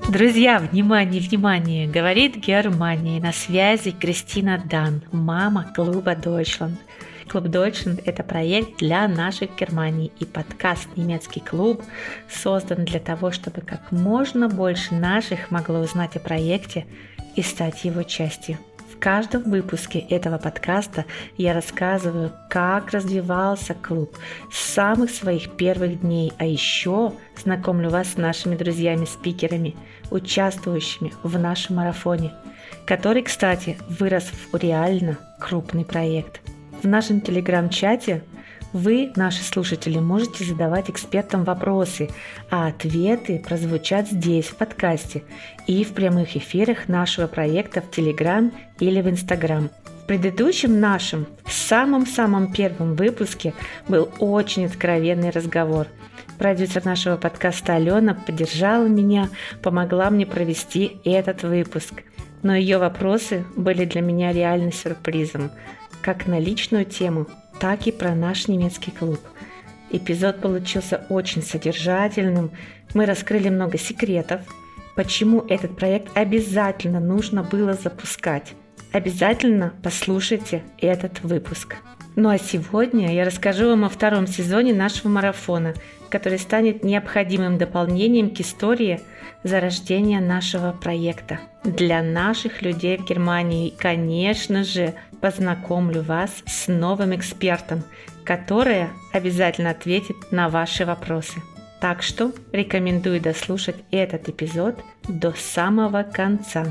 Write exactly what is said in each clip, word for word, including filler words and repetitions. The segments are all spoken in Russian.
Друзья, внимание, внимание! Говорит Германия. На связи Кристина Дан, мама клуба Deutschland. Клуб Deutschland – это проект для наших Германии, и подкаст «Немецкий клуб» создан для того, чтобы как можно больше наших могло узнать о проекте и стать его частью. В каждом выпуске этого подкаста я рассказываю, как развивался клуб с самых своих первых дней, а еще знакомлю вас с нашими друзьями-спикерами, участвующими в нашем марафоне, который, кстати, вырос в реально крупный проект. В нашем телеграм-чате вы, наши слушатели, можете задавать экспертам вопросы, а ответы прозвучат здесь, в подкасте, и в прямых эфирах нашего проекта в Телеграм или в Инстаграм. В предыдущем нашем, самом-самом первом выпуске был очень откровенный разговор. Продюсер нашего подкаста Алена поддержала меня, помогла мне провести этот выпуск. Но ее вопросы были для меня реально сюрпризом, как на личную тему, так и про наш немецкий клуб. Эпизод получился очень содержательным. Мы раскрыли много секретов, почему этот проект обязательно нужно было запускать. Обязательно послушайте этот выпуск. Ну а сегодня я расскажу вам о втором сезоне нашего марафона, который станет необходимым дополнением к истории зарождения нашего проекта. Для наших людей в Германии, конечно же, познакомлю вас с новым экспертом, который обязательно ответит на ваши вопросы. Так что рекомендую дослушать этот эпизод до самого конца.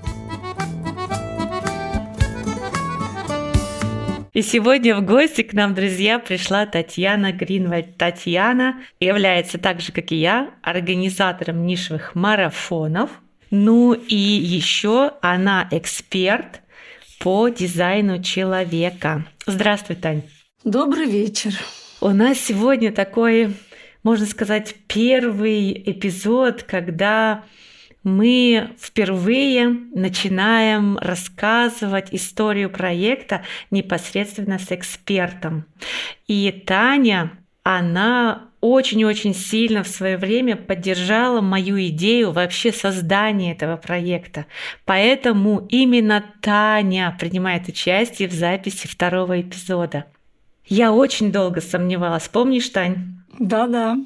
И сегодня в гости к нам, друзья, пришла Татьяна Гринвальд. Татьяна является так же, как и я, организатором нишевых марафонов. Ну и еще она эксперт по дизайну человека. Здравствуй, Тань. Добрый вечер. У нас сегодня такой, можно сказать, первый эпизод, когда мы впервые начинаем рассказывать историю проекта непосредственно с экспертом. И Таня, она очень-очень сильно в свое время поддержала мою идею вообще создания этого проекта. Поэтому именно Таня принимает участие в записи второго эпизода. Я очень долго сомневалась. Помнишь, Тань? Да-да.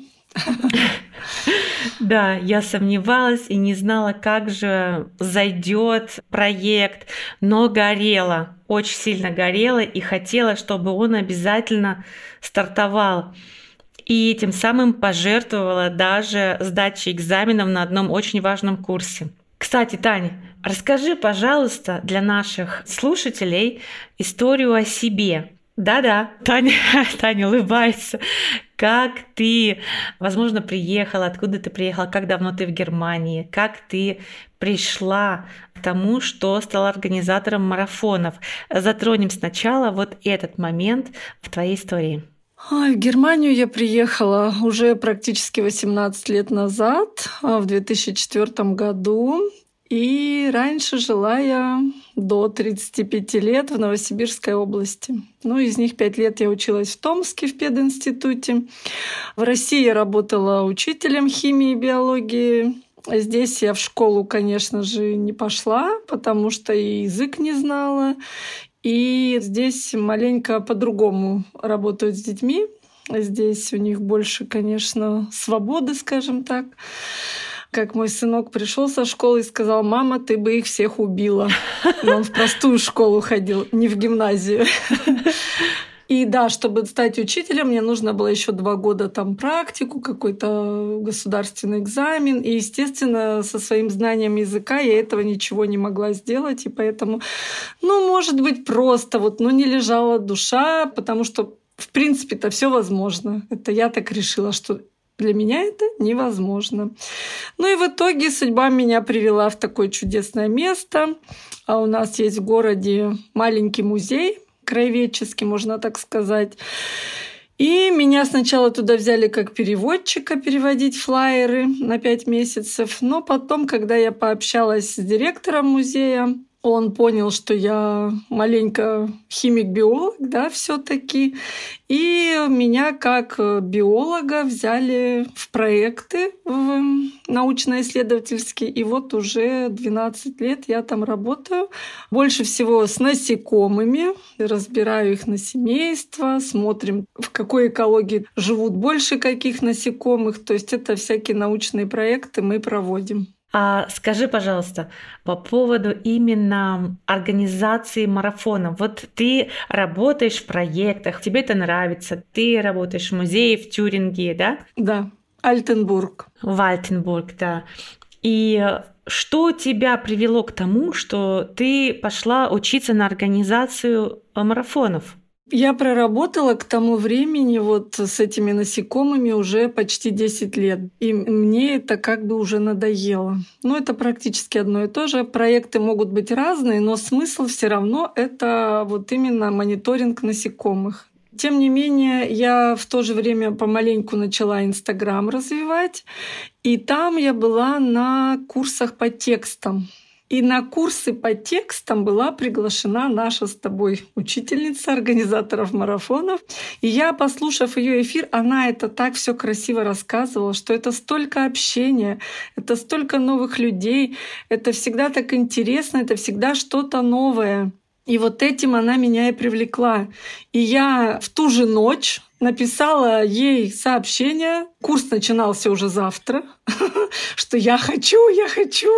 Да, я сомневалась и не знала, как же зайдет проект, но горела, очень сильно горела и хотела, чтобы он обязательно стартовал. И тем самым пожертвовала даже сдачей экзаменов на одном очень важном курсе. Кстати, Таня, расскажи, пожалуйста, для наших слушателей историю о себе. Да-да, Таня, Таня улыбается. Как ты, возможно, приехала, откуда ты приехала, как давно ты в Германии, как ты пришла к тому, что стала организатором марафонов. Затронем сначала вот этот момент в твоей истории. Ой, в Германию я приехала уже практически восемнадцать лет назад, в две тысячи четвёртом году. И раньше жила я до тридцати пяти лет в Новосибирской области. Ну, из них пять лет я училась в Томске в пединституте. В России я работала учителем химии и биологии. Здесь я в школу, конечно же, не пошла, потому что и язык не знала. И здесь маленько по-другому работают с детьми. Здесь у них больше, конечно, свободы, скажем так. Как мой сынок пришел со школы и сказал: «Мама, ты бы их всех убила». Но он в простую школу ходил, не в гимназию. И да, чтобы стать учителем, мне нужно было еще два года там практику, какой-то государственный экзамен. И, естественно, со своим знанием языка я этого ничего не могла сделать. И поэтому, ну, может быть, просто вот, ну, не лежала душа, потому что, в принципе-то, все возможно. Это я так решила, что для меня это невозможно. Ну и в итоге судьба меня привела в такое чудесное место. А у нас есть в городе маленький музей, краеведческий, можно так сказать. И меня сначала туда взяли как переводчика переводить флаеры на пять месяцев. Но потом, когда я пообщалась с директором музея, Он понял, что я маленько химик-биолог, да, все-таки. И меня как биолога взяли в проекты в научно-исследовательские. И вот уже двенадцать лет я там работаю. Больше всего с насекомыми. Разбираю их на семейства, смотрим, в какой экологии живут больше каких насекомых. То есть это всякие научные проекты мы проводим. А скажи, пожалуйста, по поводу именно организации марафона. Вот ты работаешь в проектах, тебе это нравится, ты работаешь в музее в Тюринге, да? Да, Альтенбург. В Альтенбург, да. И что тебя привело к тому, что ты пошла учиться на организацию марафонов? Я проработала к тому времени вот с этими насекомыми уже почти десять лет. И мне это как бы уже надоело. Но это практически одно и то же. Проекты могут быть разные, но смысл все равно это вот именно мониторинг насекомых. Тем не менее, я в то же время помаленьку начала Инстаграм развивать. И там я была на курсах по текстам. И на курсы по текстам была приглашена наша с тобой учительница организаторов марафонов. И я, послушав ее эфир, она это так все красиво рассказывала, что это столько общения, это столько новых людей, это всегда так интересно, это всегда что-то новое. И вот этим она меня и привлекла. И я в ту же ночь написала ей сообщение, курс начинался уже завтра, что я хочу, я хочу.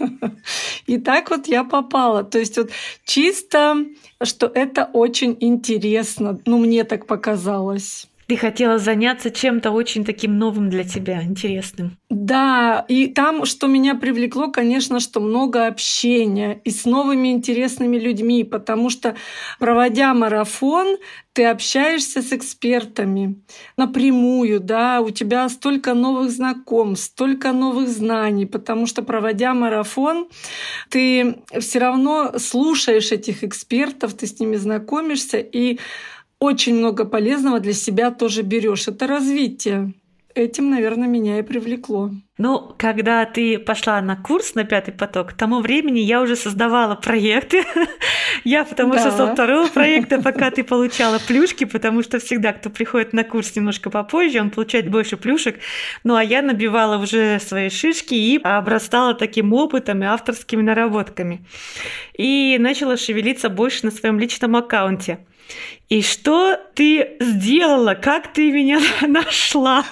И так вот я попала. То есть вот чисто, что это очень интересно. Ну, мне так показалось. Ты хотела заняться чем-то очень таким новым для тебя, интересным. Да, и там, что меня привлекло, конечно, что много общения и с новыми интересными людьми, потому что, проводя марафон, ты общаешься с экспертами напрямую, да, у тебя столько новых знакомств, столько новых знаний, потому что, проводя марафон, ты все равно слушаешь этих экспертов, ты с ними знакомишься и очень много полезного для себя тоже берешь. Это развитие. Этим, наверное, меня и привлекло. Ну, когда ты пошла на курс на пятый поток, к тому времени я уже создавала проекты. Я потому да. что со второго проекта, пока ты получала плюшки, потому что всегда, кто приходит на курс немножко попозже, он получает больше плюшек. Ну, а я набивала уже свои шишки и обрастала таким опытом и авторскими наработками. И начала шевелиться больше на своем личном аккаунте. И что ты сделала? Как ты меня нашла?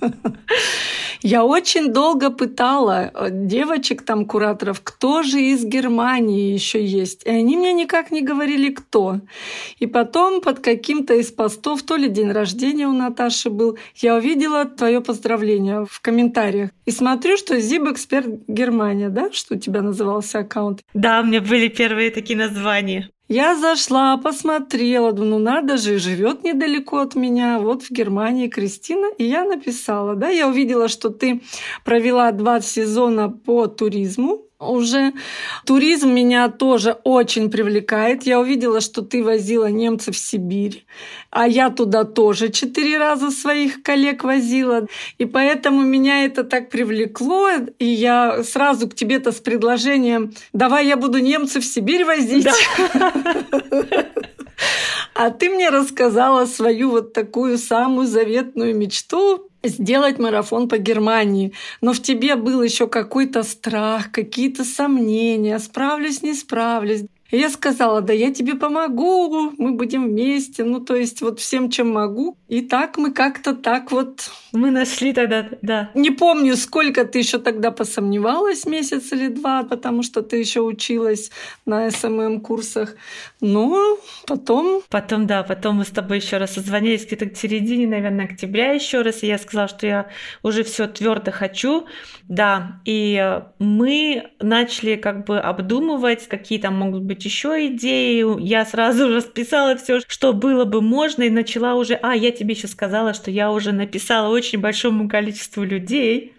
Я очень долго пытала девочек, там, кураторов, кто же из Германии еще есть. И они мне никак не говорили, кто. И потом под каким-то из постов, то ли день рождения у Наташи был, я увидела твое поздравление в комментариях. И смотрю, что Зибэксперт Германия, да, что у тебя назывался аккаунт? Да, у меня были первые такие названия. Я зашла, посмотрела, думаю, ну надо же, живет недалеко от меня, вот в Германии Кристина. И я написала, да, я увидела, что ты провела два сезона по туризму. Уже туризм меня тоже очень привлекает. Я увидела, что ты возила немцев в Сибирь, а я туда тоже четыре раза своих коллег возила. И поэтому меня это так привлекло, и я сразу к тебе-то с предложением «давай я буду немцев в Сибирь возить». Да. А ты мне рассказала свою вот такую самую заветную мечту — сделать марафон по Германии. Но в тебе был еще какой-то страх, какие-то сомнения, справлюсь, не справлюсь. И я сказала, да я тебе помогу, мы будем вместе, ну то есть вот всем, чем могу. И так мы как-то так вот... Мы нашли тогда, да. Не помню, сколько ты еще тогда посомневалась, месяц или два, потому что ты еще училась на эс эм эм-курсах. Но потом... Потом, да, потом мы с тобой еще раз созвонились где-то к середине, наверное, октября еще раз, и я сказала, что я уже все твердо хочу. Да, и мы начали как бы обдумывать, какие там могут быть еще идеи. Я сразу расписала все, что было бы можно, и начала уже... А, я тебе еще сказала, что я уже написала очень большому количеству людей.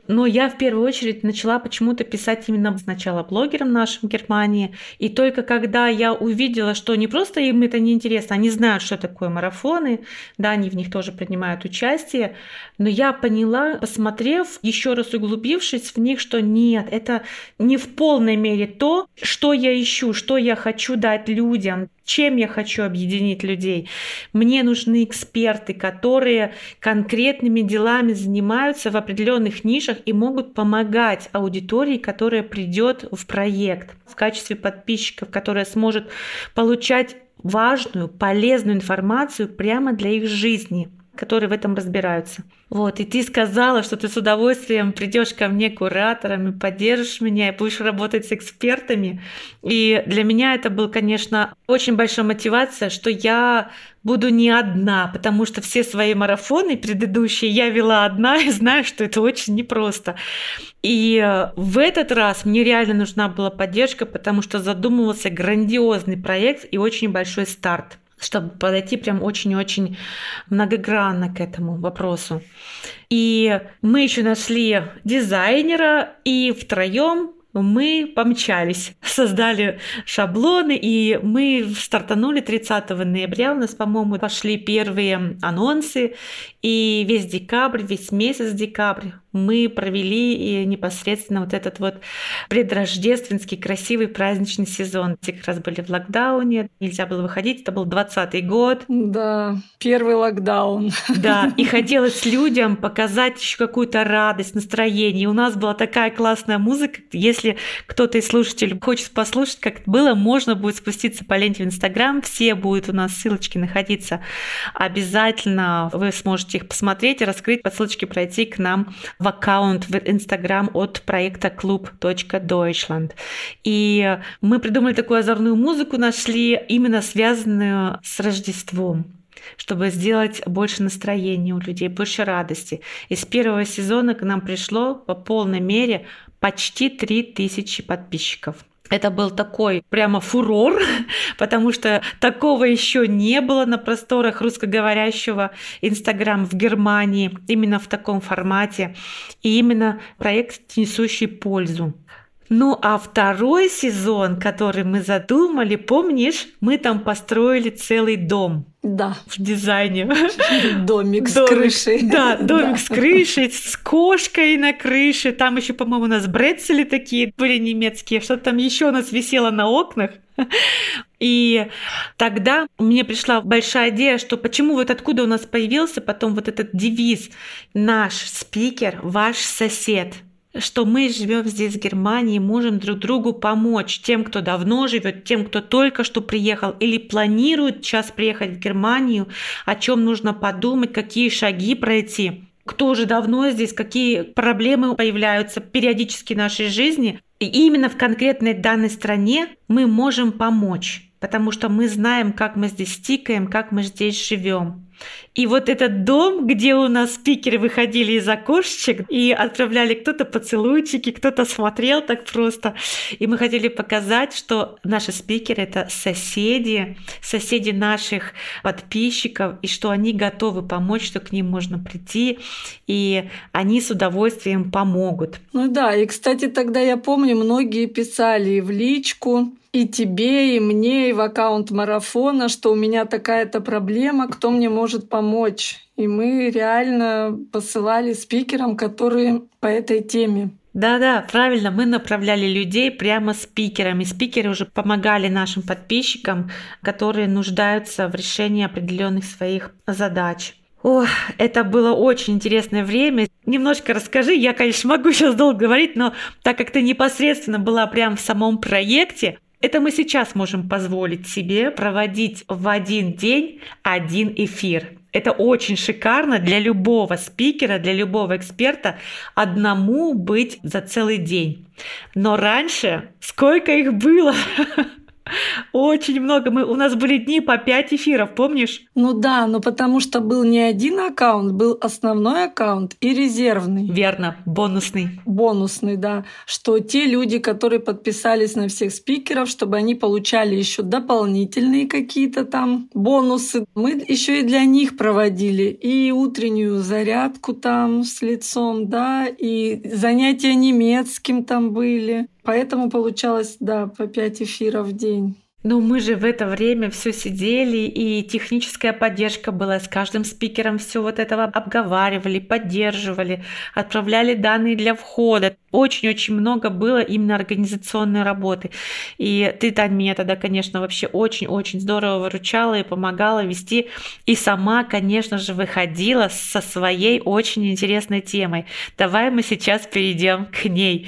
Но я в первую очередь начала почему-то писать именно сначала блогерам нашим в Германии. И только когда я увидела, что не просто им это неинтересно, они знают, что такое марафоны, да, они в них тоже принимают участие, но я поняла, посмотрев, еще раз углубившись в них, что нет, это не в полной мере то, что я ищу, что я хочу дать людям, чем я хочу объединить людей. Мне нужны эксперты, которые конкретными делами занимаются в определенных нишах и могут помогать аудитории, которая придет в проект в качестве подписчиков, которая сможет получать важную, полезную информацию прямо для их жизни, которые в этом разбираются. Вот, и ты сказала, что ты с удовольствием придешь ко мне куратором и поддержишь меня, и будешь работать с экспертами. И для меня это был, конечно, очень большая мотивация, что я буду не одна, потому что все свои марафоны предыдущие я вела одна и знаю, что это очень непросто. И в этот раз мне реально нужна была поддержка, потому что задумывался грандиозный проект и очень большой старт, чтобы подойти прям очень-очень многогранно к этому вопросу. И мы еще нашли дизайнера, и втроем мы помчались, создали шаблоны, и мы стартанули тридцатого ноября. У нас, по-моему, пошли первые анонсы, и весь декабрь, весь месяц декабрь мы провели и непосредственно вот этот вот предрождественский красивый праздничный сезон. Те как раз были в локдауне, нельзя было выходить, это был двадцатый год. Да, первый локдаун. Да, и хотелось людям показать еще какую-то радость, настроение. И у нас была такая классная музыка. Если кто-то из слушателей хочет послушать, как это было, можно будет спуститься по ленте в Инстаграм. Все будут у нас ссылочки находиться. Обязательно вы сможете их посмотреть и раскрыть, по ссылочке пройти к нам в аккаунт в Инстаграм от проекта клуб точка дойчланд. И мы придумали такую озорную музыку, нашли именно связанную с Рождеством, чтобы сделать больше настроения у людей, больше радости. Из первого сезона к нам пришло по полной мере почти три тысячи подписчиков. Это был такой прямо фурор, потому что такого еще не было на просторах русскоговорящего Инстаграм в Германии, именно в таком формате, и именно проект, несущий пользу. Ну а второй сезон, который мы задумали, помнишь, мы там построили целый дом. Да. В дизайне. Домик с домик, крышей. Да, домик да. с крышей, с кошкой на крыше. Там еще, по-моему, у нас брецели такие были немецкие. Что-то там еще у нас висело на окнах. И тогда мне пришла большая идея, что почему вот откуда у нас появился потом вот этот девиз «Наш спикер, ваш сосед». Что мы живем здесь, в Германии, можем друг другу помочь. Тем, кто давно живет, тем, кто только что приехал или планирует сейчас приехать в Германию, о чем нужно подумать, какие шаги пройти. Кто уже давно здесь, какие проблемы появляются периодически в нашей жизни. И именно в конкретной данной стране мы можем помочь, потому что мы знаем, как мы здесь тикаем, как мы здесь живем. И вот этот дом, где у нас спикеры выходили из окошечек и отправляли кто-то поцелуйчики, кто-то смотрел так просто. И мы хотели показать, что наши спикеры — это соседи, соседи наших подписчиков, и что они готовы помочь, что к ним можно прийти, и они с удовольствием помогут. Ну да, и, кстати, тогда я помню, многие писали и в личку, и тебе, и мне, и в аккаунт марафона, что у меня такая-то проблема, кто мне может помочь. И мы реально посылали спикерам, которые по этой теме. Да-да, правильно, мы направляли людей прямо спикерами. Спикеры уже помогали нашим подписчикам, которые нуждаются в решении определенных своих задач. Ох, это было очень интересное время. Немножко расскажи, я, конечно, могу сейчас долго говорить, но так как ты непосредственно была прямо в самом проекте, это мы сейчас можем позволить себе проводить в один день один эфир. Это очень шикарно для любого спикера, для любого эксперта одному быть за целый день. Но раньше сколько их было? Очень много. Мы, у нас были дни по пять эфиров, помнишь? Ну да, но потому что был не один аккаунт, был основной аккаунт и резервный. Верно, бонусный. Бонусный, да. Что те люди, которые подписались на всех спикеров, чтобы они получали еще дополнительные какие-то там бонусы. Мы еще и для них проводили и утреннюю зарядку там с лицом, да, и занятия немецким там были. Поэтому получалось, да, по пять эфиров в день. Ну, мы же в это время все сидели, и техническая поддержка была с каждым спикером, все вот этого обговаривали, поддерживали, отправляли данные для входа. Очень-очень много было именно организационной работы. И ты, Тань, меня тогда, конечно, вообще очень-очень здорово выручала и помогала вести. И сама, конечно же, выходила со своей очень интересной темой. Давай мы сейчас перейдем к ней.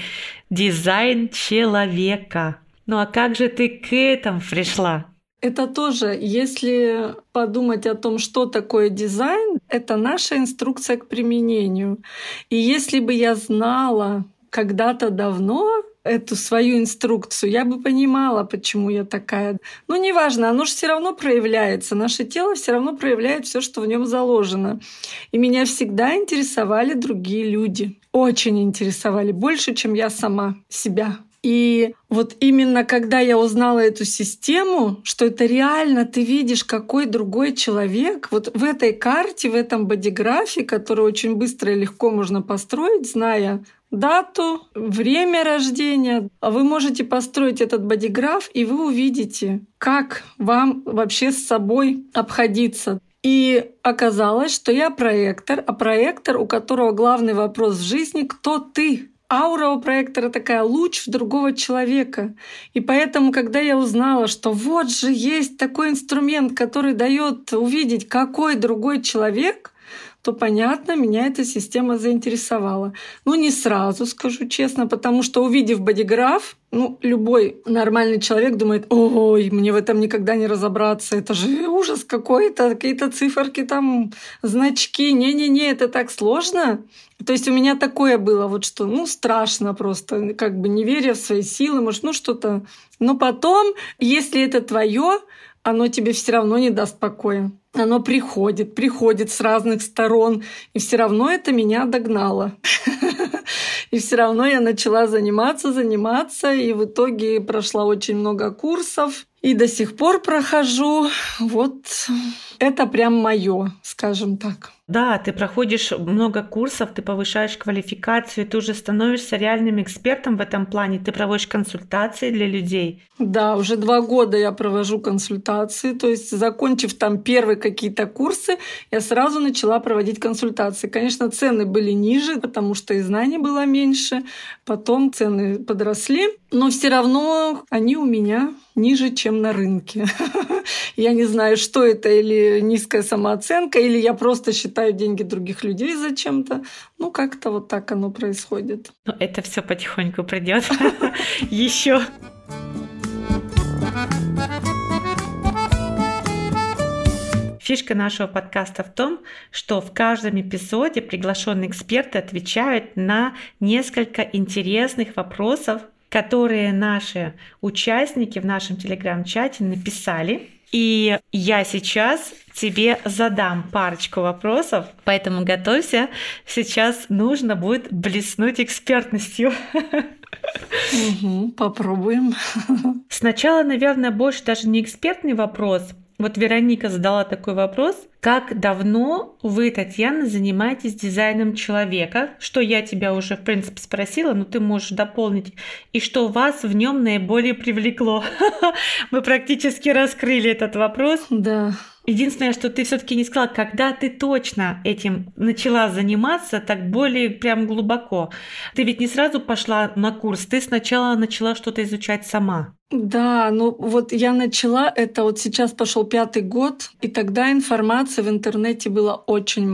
Дизайн человека. Ну а как же ты к этому пришла? Это тоже, если подумать о том, что такое дизайн, это наша инструкция к применению. И если бы я знала когда-то давно эту свою инструкцию, я бы понимала, почему я такая. Ну, неважно, оно же все равно проявляется. Наше тело все равно проявляет все, что в нем заложено. И меня всегда интересовали другие люди. Очень интересовали, больше, чем я сама себя. И вот именно когда я узнала эту систему, что это реально ты видишь, какой другой человек, вот в этой карте, в этом бодиграфе, который очень быстро и легко можно построить, зная дату, время рождения, вы можете построить этот бодиграф, и вы увидите, как вам вообще с собой обходиться. И оказалось, что я проектор, а проектор, у которого главный вопрос в жизни — кто ты? Аура у проектора такая — луч в другого человека. И поэтому, когда я узнала, что вот же есть такой инструмент, который дает увидеть, какой другой человек, то, понятно, меня эта система заинтересовала. Ну, не сразу, скажу честно, потому что, увидев бодиграф, ну, любой нормальный человек думает: ой, мне в этом никогда не разобраться, это же ужас какой-то, какие-то циферки там, значки, не-не-не, это так сложно. То есть у меня такое было, вот что, ну, страшно просто, как бы не веря в свои силы, может, ну, что-то. Но потом, если это твое, оно тебе все равно не даст покоя. Оно приходит, приходит с разных сторон, и все равно это меня догнало. И все равно я начала заниматься, заниматься, и в итоге прошла очень много курсов, и до сих пор прохожу. Вот это прям моё, скажем так. Да, ты проходишь много курсов, ты повышаешь квалификацию, ты уже становишься реальным экспертом в этом плане, ты проводишь консультации для людей. Да, уже два года я провожу консультации, то есть, закончив там первые какие-то курсы, я сразу начала проводить консультации. Конечно, цены были ниже, потому что и знаний было меньше, потом цены подросли, но все равно они у меня ниже, чем на рынке. Я не знаю, что это, или низкая самооценка, или я просто считаю деньги других людей зачем-то. Ну, как-то вот так оно происходит. Но это все потихоньку придет еще. Фишка нашего подкаста в том, что в каждом эпизоде приглашенные эксперты отвечают на несколько интересных вопросов, которые наши участники в нашем телеграм-чате написали. И я сейчас тебе задам парочку вопросов, поэтому готовься. Сейчас нужно будет блеснуть экспертностью. Угу, попробуем. Сначала, наверное, больше даже не экспертный вопрос. Вот Вероника задала такой вопрос: как давно вы, Татьяна, занимаетесь дизайном человека? Что я тебя уже, в принципе, спросила, но ты можешь дополнить. И что вас в нем наиболее привлекло? Мы практически раскрыли этот вопрос. Да. Единственное, что ты все-таки не сказала, когда ты точно этим начала заниматься так более прям глубоко. Ты ведь не сразу пошла на курс, ты сначала начала что-то изучать сама. Да, ну вот я начала, это вот сейчас пошел пятый год, и тогда информации в интернете было очень мало.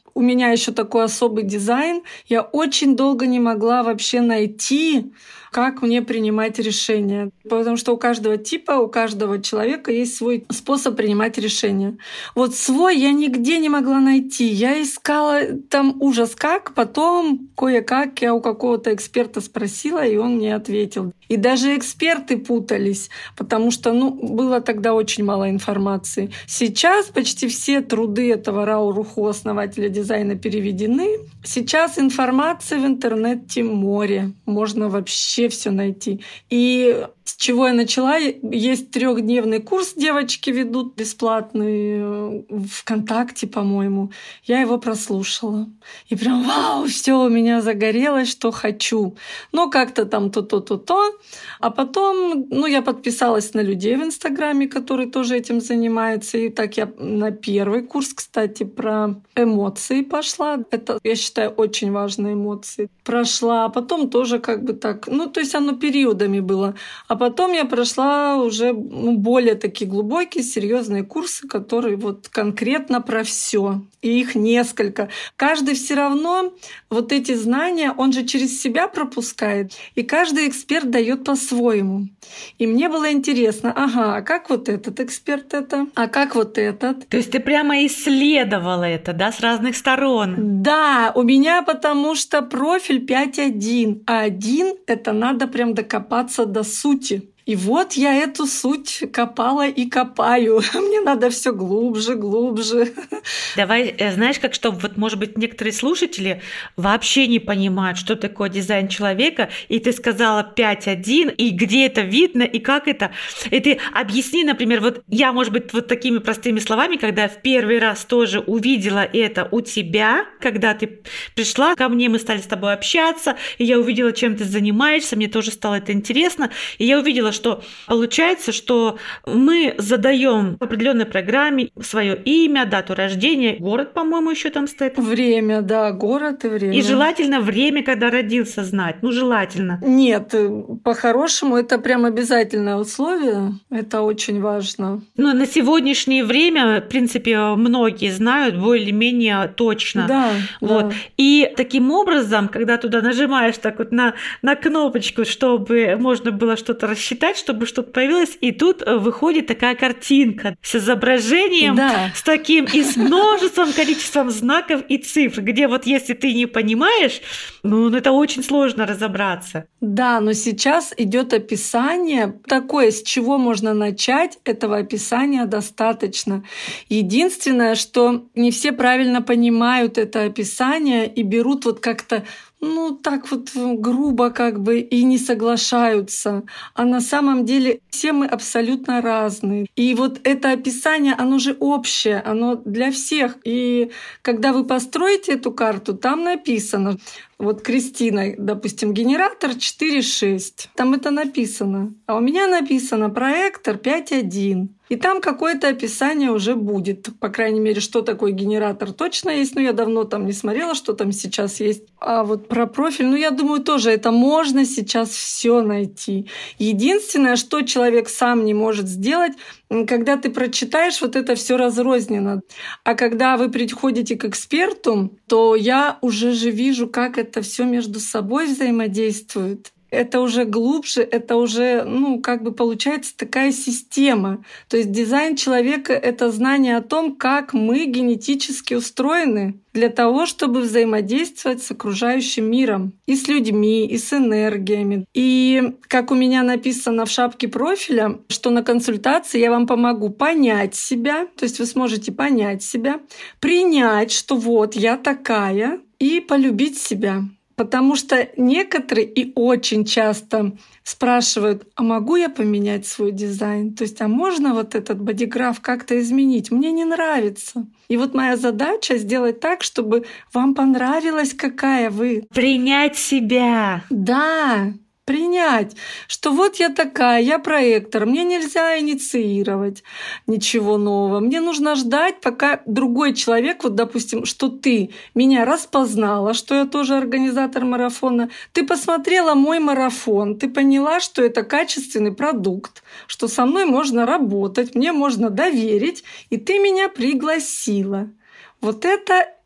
У меня еще такой особый дизайн. Я очень долго не могла вообще найти, как мне принимать решения. Потому что у каждого типа, у каждого человека есть свой способ принимать решения. Вот свой я нигде не могла найти. Я искала там ужас как, потом кое-как я у какого-то эксперта спросила, и он мне ответил. И даже эксперты путались, потому что ну, было тогда очень мало информации. Сейчас почти все труды этого Рао Руху, основателя дизайна, переведены. Сейчас информации в интернете море. Можно вообще все найти. И с чего я начала? Есть трехдневный курс, девочки ведут бесплатный ВКонтакте, по-моему. Я его прослушала. И прям вау, все у меня загорелось, что хочу. Ну, как-то там то-то-то-то. А потом, ну, я подписалась на людей в Инстаграме, которые тоже этим занимаются. И так я на первый курс, кстати, про эмоции пошла. Это, я считаю, очень важные эмоции. Прошла. А потом тоже как бы так, ну, то есть оно периодами было. А потом я прошла уже ну, более такие глубокие, серьезные курсы, которые вот конкретно про все. И их несколько. Каждый все равно вот эти знания, он же через себя пропускает. И каждый эксперт дает по-своему. И мне было интересно, ага, а как вот этот эксперт это? А как вот этот? То есть ты прямо исследовала это, да, с разных сторон? Да, у меня потому что профиль пять один, а один — это надо прям докопаться до сути. И вот я эту суть копала и копаю. Мне надо все глубже, глубже. Давай, знаешь, как чтобы, вот, может быть, некоторые слушатели вообще не понимают, что такое дизайн человека, и ты сказала пять один, и где это видно, и как это. И ты объясни, например, вот я, может быть, вот такими простыми словами, когда в первый раз тоже увидела это у тебя, когда ты пришла ко мне, мы стали с тобой общаться, и я увидела, чем ты занимаешься, мне тоже стало это интересно, и я увидела, что получается, что мы задаем в определенной программе свое имя, дату рождения, город, по-моему, еще там стоит. Время, да, город и время. И желательно время, когда родился, знать. Ну, желательно. Нет, по-хорошему, это прям обязательное условие. Это очень важно. Но на сегодняшнее время, в принципе, многие знают более-менее точно. Да, вот. Да. И таким образом, когда туда нажимаешь так вот на, на кнопочку, чтобы можно было что-то рассчитать, чтобы что-то появилось, и тут выходит такая картинка с изображением, да. с таким и с множеством количеством знаков и цифр, где вот если ты не понимаешь, ну это очень сложно разобраться. Да, но сейчас идет описание такое, с чего можно начать, этого описания достаточно. Единственное, что не все правильно понимают это описание и берут вот как-то ну, так вот грубо как бы и не соглашаются. А на самом деле все мы абсолютно разные. И вот это описание, оно же общее, оно для всех. И когда вы построите эту карту, там написано, вот Кристина, допустим, генератор четыре шесть, там это написано. А у меня написано проектор пять один. И там какое-то описание уже будет. По крайней мере, что такое генератор точно есть. Но я давно там не смотрела, что там сейчас есть. А вот про профиль, ну я думаю, тоже это можно сейчас все найти. Единственное, что человек сам не может сделать, когда ты прочитаешь, вот это все разрозненно. А когда вы приходите к эксперту, то я уже же вижу, как это все между собой взаимодействует. Это уже глубже, это уже, ну, как бы получается такая система. То есть дизайн человека — это знание о том, как мы генетически устроены для того, чтобы взаимодействовать с окружающим миром, и с людьми, и с энергиями. И как у меня написано в шапке профиля, что на консультации я вам помогу понять себя, то есть вы сможете понять себя, принять, что вот я такая, и полюбить себя. Потому что некоторые и очень часто спрашивают, а могу я поменять свой дизайн? То есть, а можно вот этот бодиграф как-то изменить? Мне не нравится. И вот моя задача сделать так, чтобы вам понравилось, какая вы. Принять себя. Да. Принять, что вот я такая, я проектор, мне нельзя инициировать ничего нового. Мне нужно ждать, пока другой человек, вот, допустим, что ты меня распознала, что я тоже организатор марафона, ты посмотрела мой марафон, ты поняла, что это качественный продукт, что со мной можно работать, мне можно доверить, и ты меня пригласила. Вот это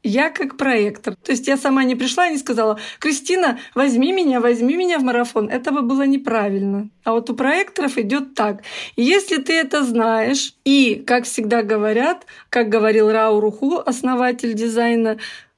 я как проектор. То есть я сама не пришла и не сказала: «Кристина, возьми меня, возьми меня в марафон». Это бы было неправильно. А вот у проекторов идет так. И если ты это знаешь, и, как всегда говорят, как говорил Рао Руху, основатель дизайна,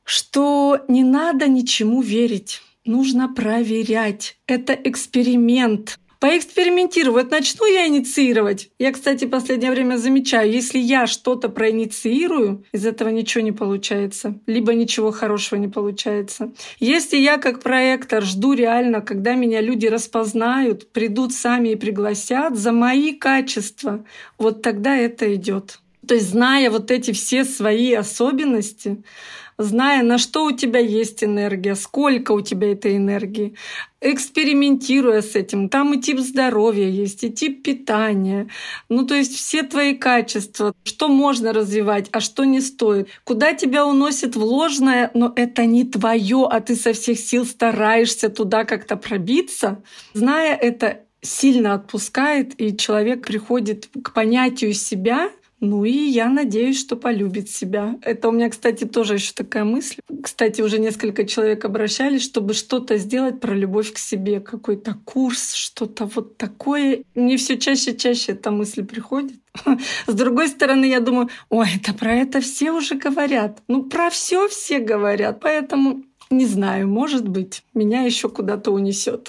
что не надо ничему верить, нужно проверять. Это эксперимент. Поэкспериментирую. Вот начну я инициировать. Я, кстати, в последнее время замечаю, если я что-то проинициирую, из этого ничего не получается, либо ничего хорошего не получается. Если я как проектор жду реально, когда меня люди распознают, придут сами и пригласят за мои качества, вот тогда это идет. То есть, зная вот эти все свои особенности, зная, на что у тебя есть энергия, сколько у тебя этой энергии, экспериментируя с этим. Там и тип здоровья есть, и тип питания. Ну, то есть все твои качества, что можно развивать, а что не стоит. Куда тебя уносит в ложное, но это не твое, а ты со всех сил стараешься туда как-то пробиться. Зная это, сильно отпускает, и человек приходит к понятию себя. Ну и я надеюсь, что полюбит себя. Это у меня, кстати, тоже еще такая мысль. Кстати, уже несколько человек обращались, чтобы что-то сделать про любовь к себе, какой-то курс, что-то вот такое. Мне все чаще и чаще эта мысль приходит. С другой стороны, я думаю, ой, это про это все уже говорят. Ну, про все все говорят. Поэтому не знаю, может быть, меня еще куда-то унесет.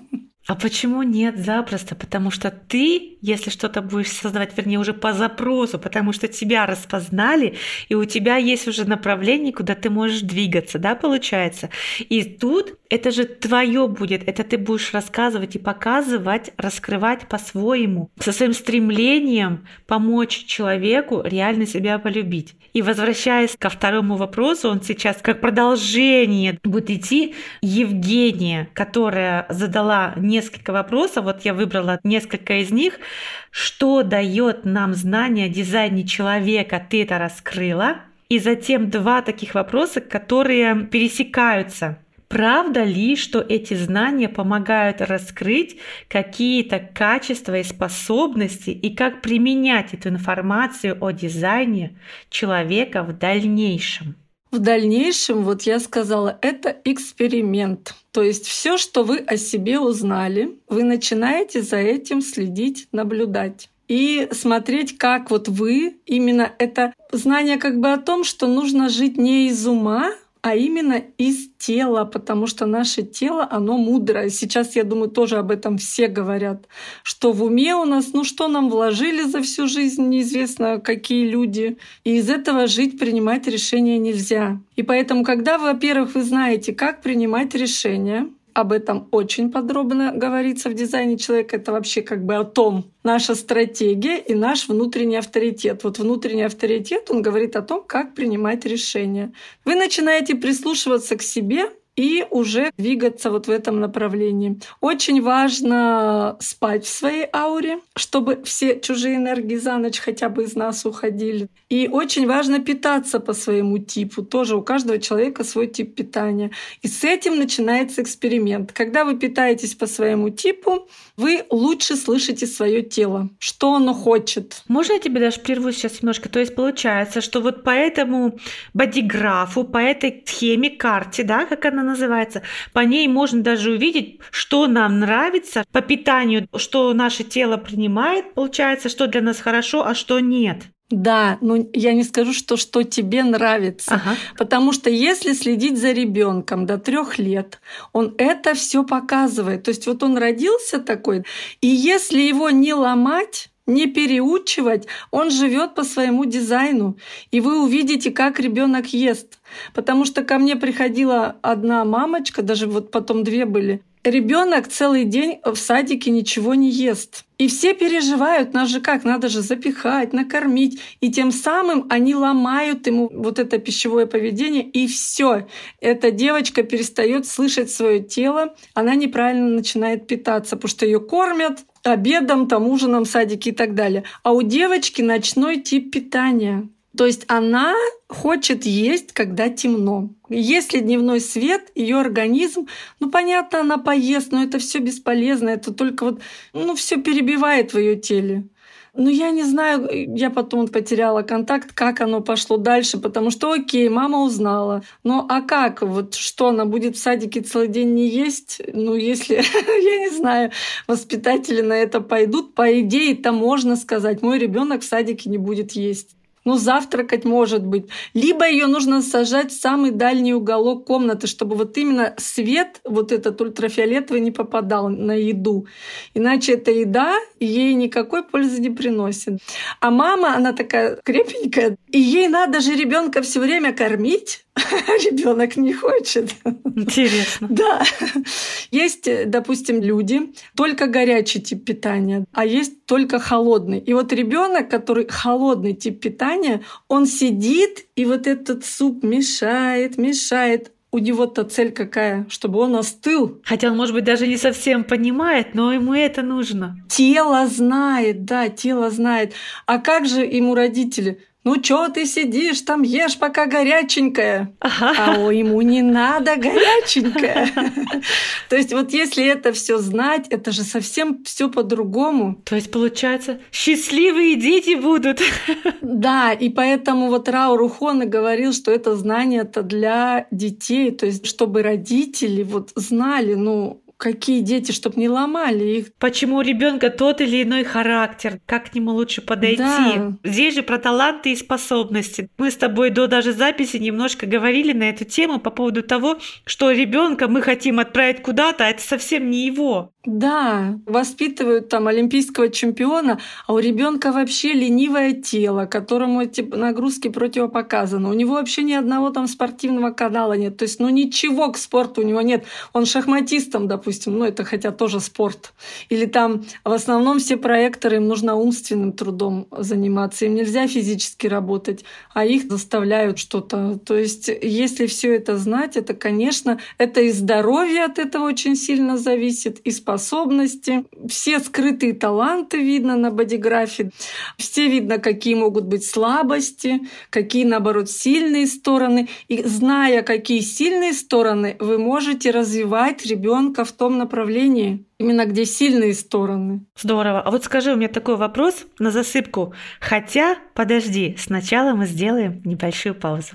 А почему нет? Запросто, потому что ты, если что-то будешь создавать, вернее, уже по запросу, потому что тебя распознали, и у тебя есть уже направление, куда ты можешь двигаться, да, получается? И тут это же твое будет, это ты будешь рассказывать и показывать, раскрывать по-своему, со своим стремлением помочь человеку реально себя полюбить. И возвращаясь ко второму вопросу, он сейчас как продолжение будет идти. Евгения, которая задала несколько вопросов, вот я выбрала несколько из них. Что дает нам знание о дизайне человека? Ты это раскрыла. И затем два таких вопроса, которые пересекаются. Правда ли, что эти знания помогают раскрыть какие-то качества и способности, и как применять эту информацию о дизайне человека в дальнейшем? В дальнейшем, вот я сказала, это эксперимент. То есть все, что вы о себе узнали, вы начинаете за этим следить, наблюдать. И смотреть, как вот вы, именно это знание как бы о том, что нужно жить не из ума, а именно из тела, потому что наше тело, оно мудрое. Сейчас, я думаю, тоже об этом все говорят, что в уме у нас, ну что нам вложили за всю жизнь, неизвестно какие люди, и из этого жить, принимать решения нельзя. И поэтому, когда, во-первых, вы знаете, как принимать решения, об этом очень подробно говорится в дизайне человека. Это вообще как бы о том, наша стратегия и наш внутренний авторитет. Вот внутренний авторитет, он говорит о том, как принимать решения. Вы начинаете прислушиваться к себе и уже двигаться вот в этом направлении. Очень важно спать в своей ауре, чтобы все чужие энергии за ночь хотя бы из нас уходили. И очень важно питаться по своему типу. Тоже у каждого человека свой тип питания. И с этим начинается эксперимент. Когда вы питаетесь по своему типу, вы лучше слышите свое тело, что оно хочет. Можно я тебе даже прерву сейчас немножко? То есть получается, что вот по этому бодиграфу, по этой схеме, карте, да, как она называется, по ней можно даже увидеть, что нам нравится по питанию, что наше тело принимает, получается, что для нас хорошо, а что нет. Да, но я не скажу, что что тебе нравится, Ага. потому что если следить за ребенком до трех лет, он это все показывает. То есть вот он родился такой, и если его не ломать, не переучивать, он живет по своему дизайну, и вы увидите, как ребенок ест. Потому что ко мне приходила одна мамочка, даже вот потом две были. Ребенок целый день в садике ничего не ест. И все переживают, нас же как, надо же запихать, накормить. И тем самым они ломают ему вот это пищевое поведение, и все. Эта девочка перестает слышать свое тело, она неправильно начинает питаться, потому что ее кормят обедом, там, ужином в садике и так далее. А у девочки ночной тип питания. То есть она хочет есть, когда темно. Если дневной свет, ее организм, ну понятно, она поест, но это все бесполезно, это только вот, ну все перебивает в ее теле. Ну, я не знаю, я потом потеряла контакт, как оно пошло дальше, потому что, окей, мама узнала. Ну, а как? Вот что, она будет в садике целый день не есть? Ну, если, я не знаю, воспитатели на это пойдут, по идее, это можно сказать. Мой ребенок в садике не будет есть. Ну, завтракать может быть. Либо ее нужно сажать в самый дальний уголок комнаты, чтобы вот именно свет, вот этот ультрафиолетовый, не попадал на еду. Иначе эта еда ей никакой пользы не приносит. А мама, она такая крепенькая, и ей надо же ребенка все время кормить. Ребенок не хочет. Интересно. Да. Есть, допустим, люди, только горячий тип питания, а есть только холодный. И вот ребенок, который холодный тип питания, он сидит и вот этот суп мешает, мешает. У него-то цель какая? Чтобы он остыл. Хотя он, может быть, даже не совсем понимает, но ему это нужно. Тело знает, да, тело знает. А как же ему родители? Ну чё ты сидишь там, ешь, пока горяченькое. Ага. А о, ему не надо горяченькое. То есть вот если это все знать, это же совсем все по-другому. То есть, получается, счастливые дети будут. Да, и поэтому вот Рао Рухон и говорил, что это знание-то для детей, то есть чтобы родители вот знали, ну, какие дети, чтобы не ломали их. Почему у ребенка тот или иной характер, как к нему лучше подойти. Да. Здесь же про таланты и способности. Мы с тобой до даже записи немножко говорили на эту тему по поводу того, что ребенка мы хотим отправить куда-то, а это совсем не его. Да, воспитывают там олимпийского чемпиона, а у ребенка вообще ленивое тело, которому эти нагрузки противопоказаны. У него вообще ни одного там спортивного канала нет. То есть, ну ничего к спорту у него нет. Он шахматистом, допустим, ну это хотя тоже спорт. Или там в основном все проекторы, им нужно умственным трудом заниматься, им нельзя физически работать, а их заставляют что-то. То есть, если все это знать, это, конечно, это и здоровье от этого очень сильно зависит, и способности. способности, все скрытые таланты видно на бодиграфе, все видно, какие могут быть слабости, какие, наоборот, сильные стороны. И зная, какие сильные стороны, вы можете развивать ребенка в том направлении, именно где сильные стороны. Здорово. А вот скажи, у меня такой вопрос на засыпку. Хотя, подожди, сначала мы сделаем небольшую паузу.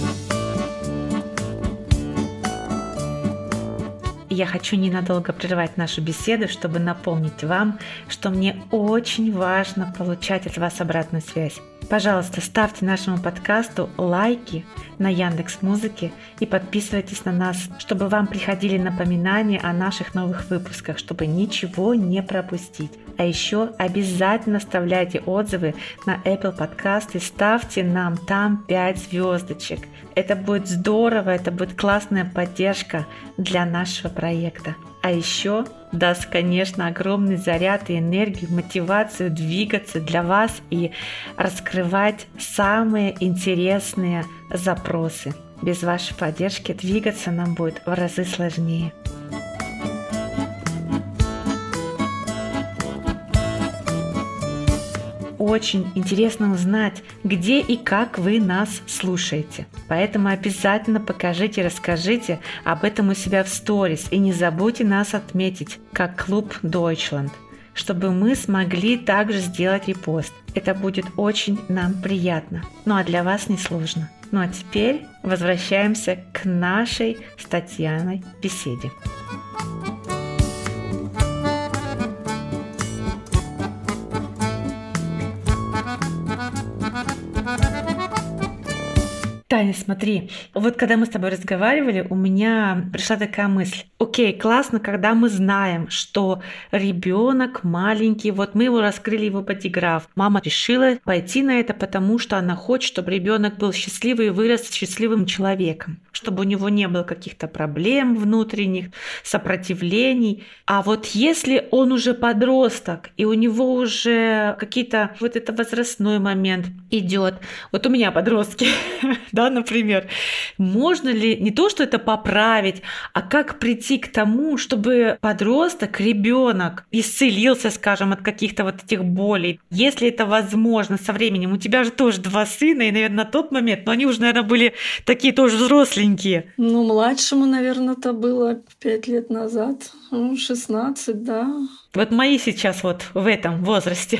Я хочу ненадолго прервать нашу беседу, чтобы напомнить вам, что мне очень важно получать от вас обратную связь. Пожалуйста, ставьте нашему подкасту лайки на Яндекс.Музыке и подписывайтесь на нас, чтобы вам приходили напоминания о наших новых выпусках, чтобы ничего не пропустить. А еще обязательно оставляйте отзывы на Apple Podcast и ставьте нам там пять звездочек. Это будет здорово, это будет классная поддержка для нашего проекта. А еще даст, конечно, огромный заряд и энергию, мотивацию двигаться для вас и раскрывать самые интересные запросы. Без вашей поддержки двигаться нам будет в разы сложнее. Очень интересно узнать, где и как вы нас слушаете. Поэтому обязательно покажите и расскажите об этом у себя в сторис. И не забудьте нас отметить, как Клуб Deutschland, чтобы мы смогли также сделать репост. Это будет очень нам приятно. Ну а для вас несложно. Ну а теперь возвращаемся к нашей с Татьяной беседе. Таня, смотри, вот когда мы с тобой разговаривали, у меня пришла такая мысль. Окей, классно, когда мы знаем, что ребенок маленький, вот мы его раскрыли, его бодиграф. Мама решила пойти на это, потому что она хочет, чтобы ребенок был счастливый и вырос счастливым человеком, чтобы у него не было каких-то проблем внутренних, сопротивлений. А вот если он уже подросток, и у него уже какие-то вот это возрастной момент идет, вот у меня подростки, да, например, можно ли не то, что это поправить, а как прийти к тому, чтобы подросток, ребенок исцелился, скажем, от каких-то вот этих болей, если это возможно со временем. У тебя же тоже два сына, и, наверное, на тот момент, но они уже, наверное, были такие тоже взросленькие. Ну, младшему, наверное, это было пять лет назад, ну, шестнадцать, да. Вот мои сейчас вот в этом возрасте.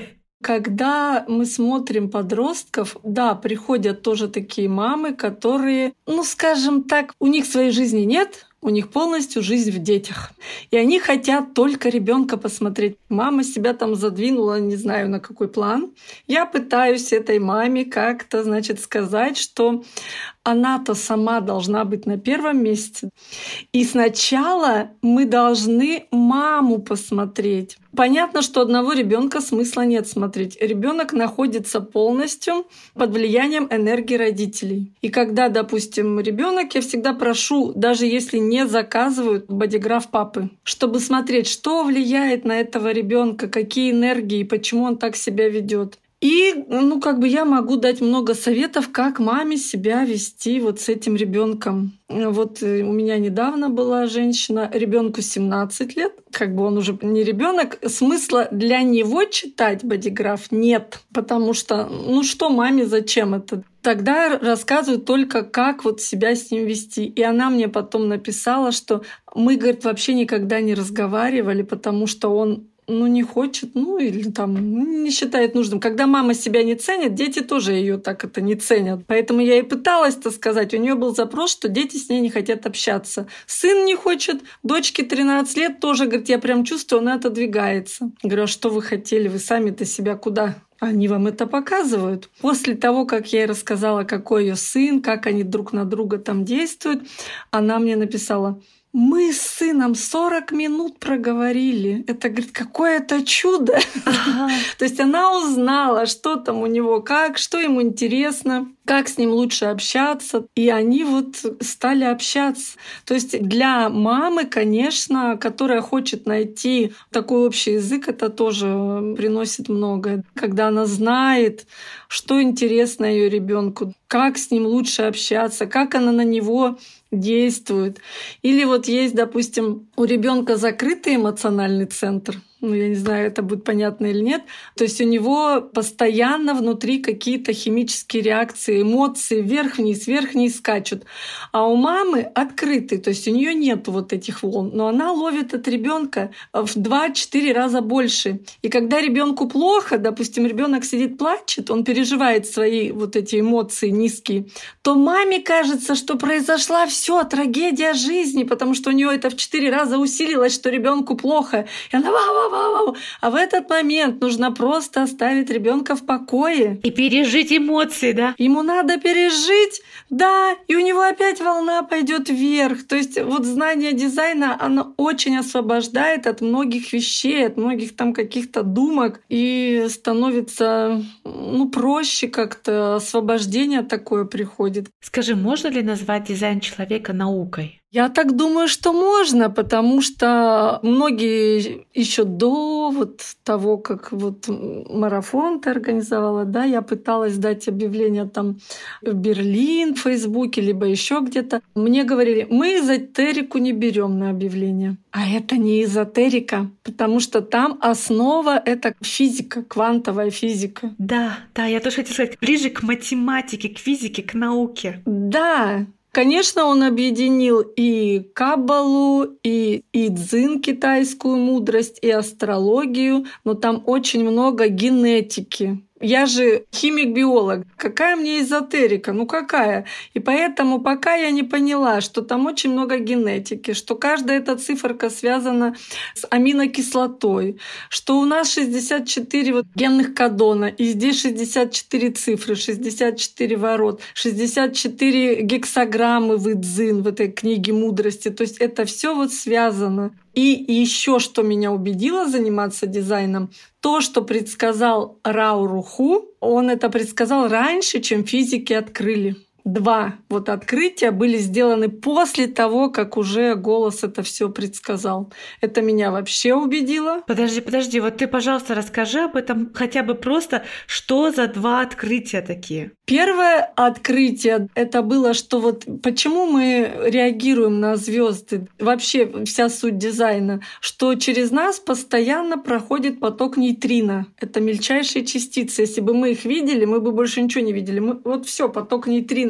Когда мы смотрим подростков, да, приходят тоже такие мамы, которые, ну, скажем так, у них своей жизни нет, у них полностью жизнь в детях. И они хотят только ребенка посмотреть. Мама себя там задвинула, не знаю на какой план. Я пытаюсь этой маме как-то, значит, сказать, что она-то сама должна быть на первом месте. И сначала мы должны маму посмотреть. Понятно, что одного ребенка смысла нет смотреть. Ребенок находится полностью под влиянием энергии родителей. И когда, допустим, ребенок, я всегда прошу, даже если не заказывают, бодиграф папы, чтобы смотреть, что влияет на этого ребенка, какие энергии, почему он так себя ведет. И, ну, как бы я могу дать много советов, как маме себя вести вот с этим ребенком. Вот у меня недавно была женщина, ребенку семнадцать лет, как бы он уже не ребенок. Смысла для него читать бодиграф нет, потому что, ну что маме, зачем это? Тогда рассказывают только, как вот себя с ним вести. И она мне потом написала, что мы, говорит, вообще никогда не разговаривали, потому что он ну, не хочет, ну, или там не считает нужным. Когда мама себя не ценит, дети тоже ее так это не ценят. Поэтому я и пыталась это сказать. У нее был запрос, что дети с ней не хотят общаться. Сын не хочет, дочке тринадцать лет тоже, говорит, я прям чувствую, она отодвигается. Говорю, а что вы хотели? Вы сами-то себя куда? Они вам это показывают. После того, как я ей рассказала, какой ее сын, как они друг на друга там действуют, она мне написала: мы с сыном сорок минут проговорили. Это, говорит, какое-то чудо. Ага. То есть она узнала, что там у него, как, что ему интересно, как с ним лучше общаться. И они вот стали общаться. То есть для мамы, конечно, которая хочет найти такой общий язык, это тоже приносит многое. Когда она знает, что интересно ее ребенку, как с ним лучше общаться, как она на него действует. Или вот есть, допустим, у ребенка закрытый эмоциональный центр. Ну, я не знаю, это будет понятно или нет. То есть у него постоянно внутри какие-то химические реакции, эмоции вверх-вниз, вверх-вниз скачут. А у мамы открытый, то есть у нее нет вот этих волн. Но она ловит от ребенка в два-четыре раза больше. И когда ребенку плохо, допустим, ребенок сидит, плачет, он переживает свои вот эти эмоции низкие, то маме кажется, что произошла все трагедия жизни, потому что у нее это в четыре раза усилилось, что ребенку плохо. И она ва-ва-ва. А в этот момент нужно просто оставить ребенка в покое. И пережить эмоции, да? Ему надо пережить, да, и у него опять волна пойдет вверх. То есть вот знание дизайна, оно очень освобождает от многих вещей, от многих там каких-то думок, и становится, ну, проще как-то, освобождение такое приходит. Скажи, можно ли назвать дизайн человека наукой? Я так думаю, что можно, потому что многие еще до вот того, как вот марафон ты организовала, да, я пыталась дать объявление там в Берлин, в Фейсбуке, либо еще где-то. Мне говорили, мы эзотерику не берем на объявление. А это не эзотерика, потому что там основа — это физика, квантовая физика. Да, да, я тоже хотела сказать, ближе к математике, к физике, к науке. Да. Конечно, он объединил и каббалу, и, и дзин, китайскую мудрость, и астрологию, но там очень много генетики. Я же химик-биолог. Какая мне эзотерика? Ну какая? И поэтому пока я не поняла, что там очень много генетики, что каждая эта циферка связана с аминокислотой, что у нас шестьдесят четыре вот генных кодона, и здесь шестьдесят четыре цифры, шестьдесят четыре ворот, шестьдесят четыре гексаграммы в Идзин, в этой книге мудрости. То есть это все вот связано. И еще что меня убедило заниматься дизайном, то, что предсказал Рао Руху, он это предсказал раньше, чем физики открыли. Два вот открытия были сделаны после того, как уже голос это все предсказал. Это меня вообще убедило. Подожди, подожди, вот ты, пожалуйста, расскажи об этом хотя бы просто, что за два открытия такие? Первое открытие — это было, что вот почему мы реагируем на звезды. Вообще вся суть дизайна, что через нас постоянно проходит поток нейтрино. Это мельчайшие частицы. Если бы мы их видели, мы бы больше ничего не видели. Мы, вот все, поток нейтрино.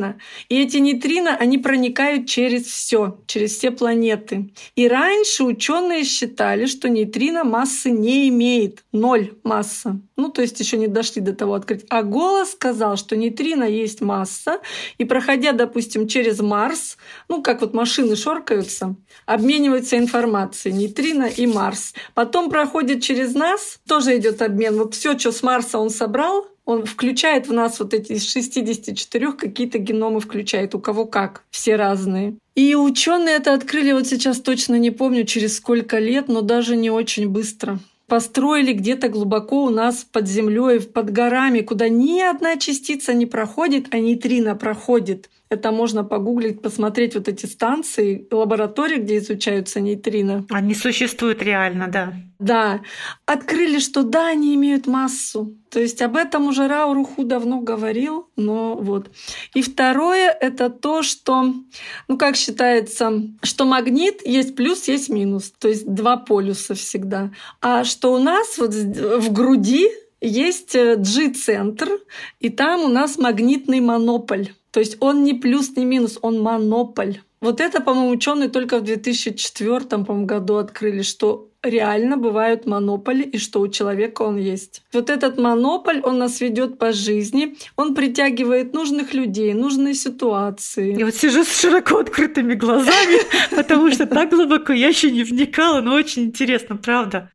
нейтрино. И эти нейтрино, они проникают через все, через все планеты. И раньше ученые считали, что нейтрино массы не имеет, ноль масса. Ну, то есть еще не дошли до того открыть. А голос сказал, что нейтрино есть масса, и проходя, допустим, через Марс, ну, как вот машины шоркаются, обмениваются информацией, нейтрино и Марс. Потом проходит через нас, тоже идет обмен. Вот все, что с Марса он собрал, он включает в нас вот эти из шестидесяти четырёх какие-то геномы включает, у кого как, все разные. И ученые это открыли, вот сейчас точно не помню, через сколько лет, но даже не очень быстро. Построили где-то глубоко у нас под землей, под горами, куда ни одна частица не проходит, а нейтрино проходит. Это можно погуглить, посмотреть вот эти станции, лаборатории, где изучаются нейтрино. Они существуют реально, да. Да. Открыли, что да, они имеют массу. То есть об этом уже Рао Руху давно говорил, но вот. И второе — это то, что, ну как считается, что магнит есть плюс, есть минус. То есть два полюса всегда. А что у нас вот в груди есть G-центр, и там у нас магнитный монополь. То есть он не плюс, не минус, он монополь. Вот это, по-моему, ученые только в две тысячи четвёртом, по-моему, году открыли, что реально бывают монополи и что у человека он есть. Вот этот монополь, он нас ведет по жизни, он притягивает нужных людей, нужные ситуации. Я вот сижу с широко открытыми глазами, потому что так глубоко я еще не вникала, но очень интересно, правда.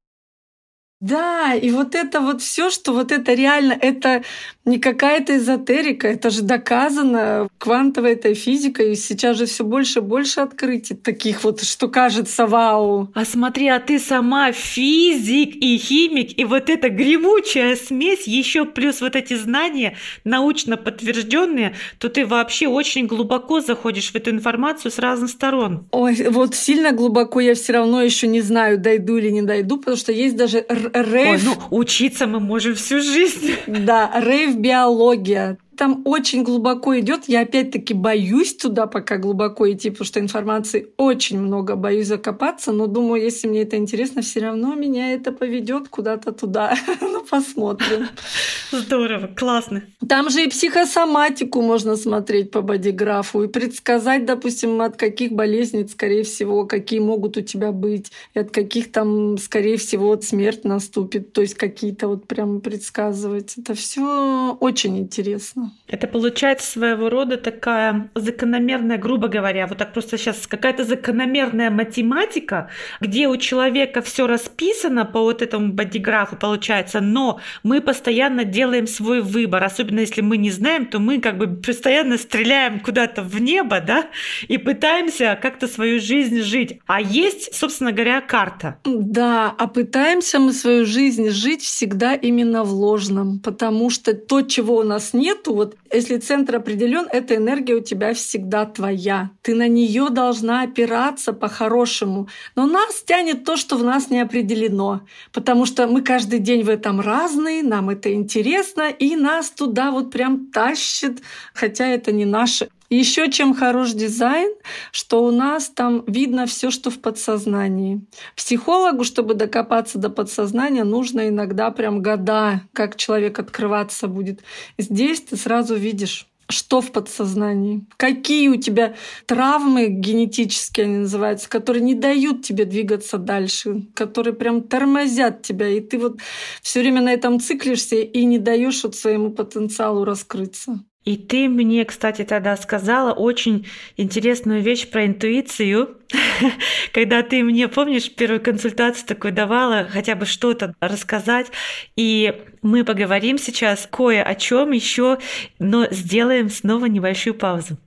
Да, и вот это вот все, что вот это реально, это не какая-то эзотерика, это же доказано квантовой этой физикой, и сейчас же все больше и больше открытий таких вот, что кажется вау. А смотри, а ты сама физик и химик, и вот эта гремучая смесь, еще плюс вот эти знания научно подтвержденные, то ты вообще очень глубоко заходишь в эту информацию с разных сторон. Ой, вот сильно глубоко я все равно еще не знаю, дойду или не дойду, потому что есть даже рейв. Ой, ну учиться мы можем всю жизнь. Да, рейв-биология. Там очень глубоко идет. Я опять-таки боюсь туда пока глубоко идти, потому что информации очень много, боюсь закопаться. Но думаю, если мне это интересно, все равно меня это поведет куда-то туда. Ну, посмотрим. Здорово, классно. Там же и психосоматику можно смотреть по бодиграфу и предсказать, допустим, от каких болезней, скорее всего, какие могут у тебя быть, и от каких там, скорее всего, смерть наступит. То есть какие-то вот прям предсказывать. Это все очень интересно. Это получается своего рода такая закономерная, грубо говоря, вот так просто сейчас какая-то закономерная математика, где у человека все расписано по вот этому бодиграфу получается, но мы постоянно делаем свой выбор, особенно если мы не знаем, то мы как бы постоянно стреляем куда-то в небо, да, и пытаемся как-то свою жизнь жить. А есть, собственно говоря, карта. Да, а пытаемся мы свою жизнь жить всегда именно в ложном, потому что то, чего у нас нету, вот если центр определен, эта энергия у тебя всегда твоя. Ты на нее должна опираться по-хорошему. Но нас тянет то, что в нас не определено, потому что мы каждый день в этом разные, нам это интересно, и нас туда вот прям тащит, хотя это не наше. Еще чем хорош дизайн, что у нас там видно все, что в подсознании. Психологу, чтобы докопаться до подсознания, нужно иногда прям года, как человек открываться будет. Здесь ты сразу видишь, что в подсознании, какие у тебя травмы генетические, они называются, которые не дают тебе двигаться дальше, которые прям тормозят тебя, и ты вот все время на этом циклишься и не даешь вот своему потенциалу раскрыться. И ты мне, кстати, тогда сказала очень интересную вещь про интуицию, когда ты мне, помнишь, первую консультацию такую давала, хотя бы что-то рассказать, и мы поговорим сейчас кое о чем еще, но сделаем снова небольшую паузу.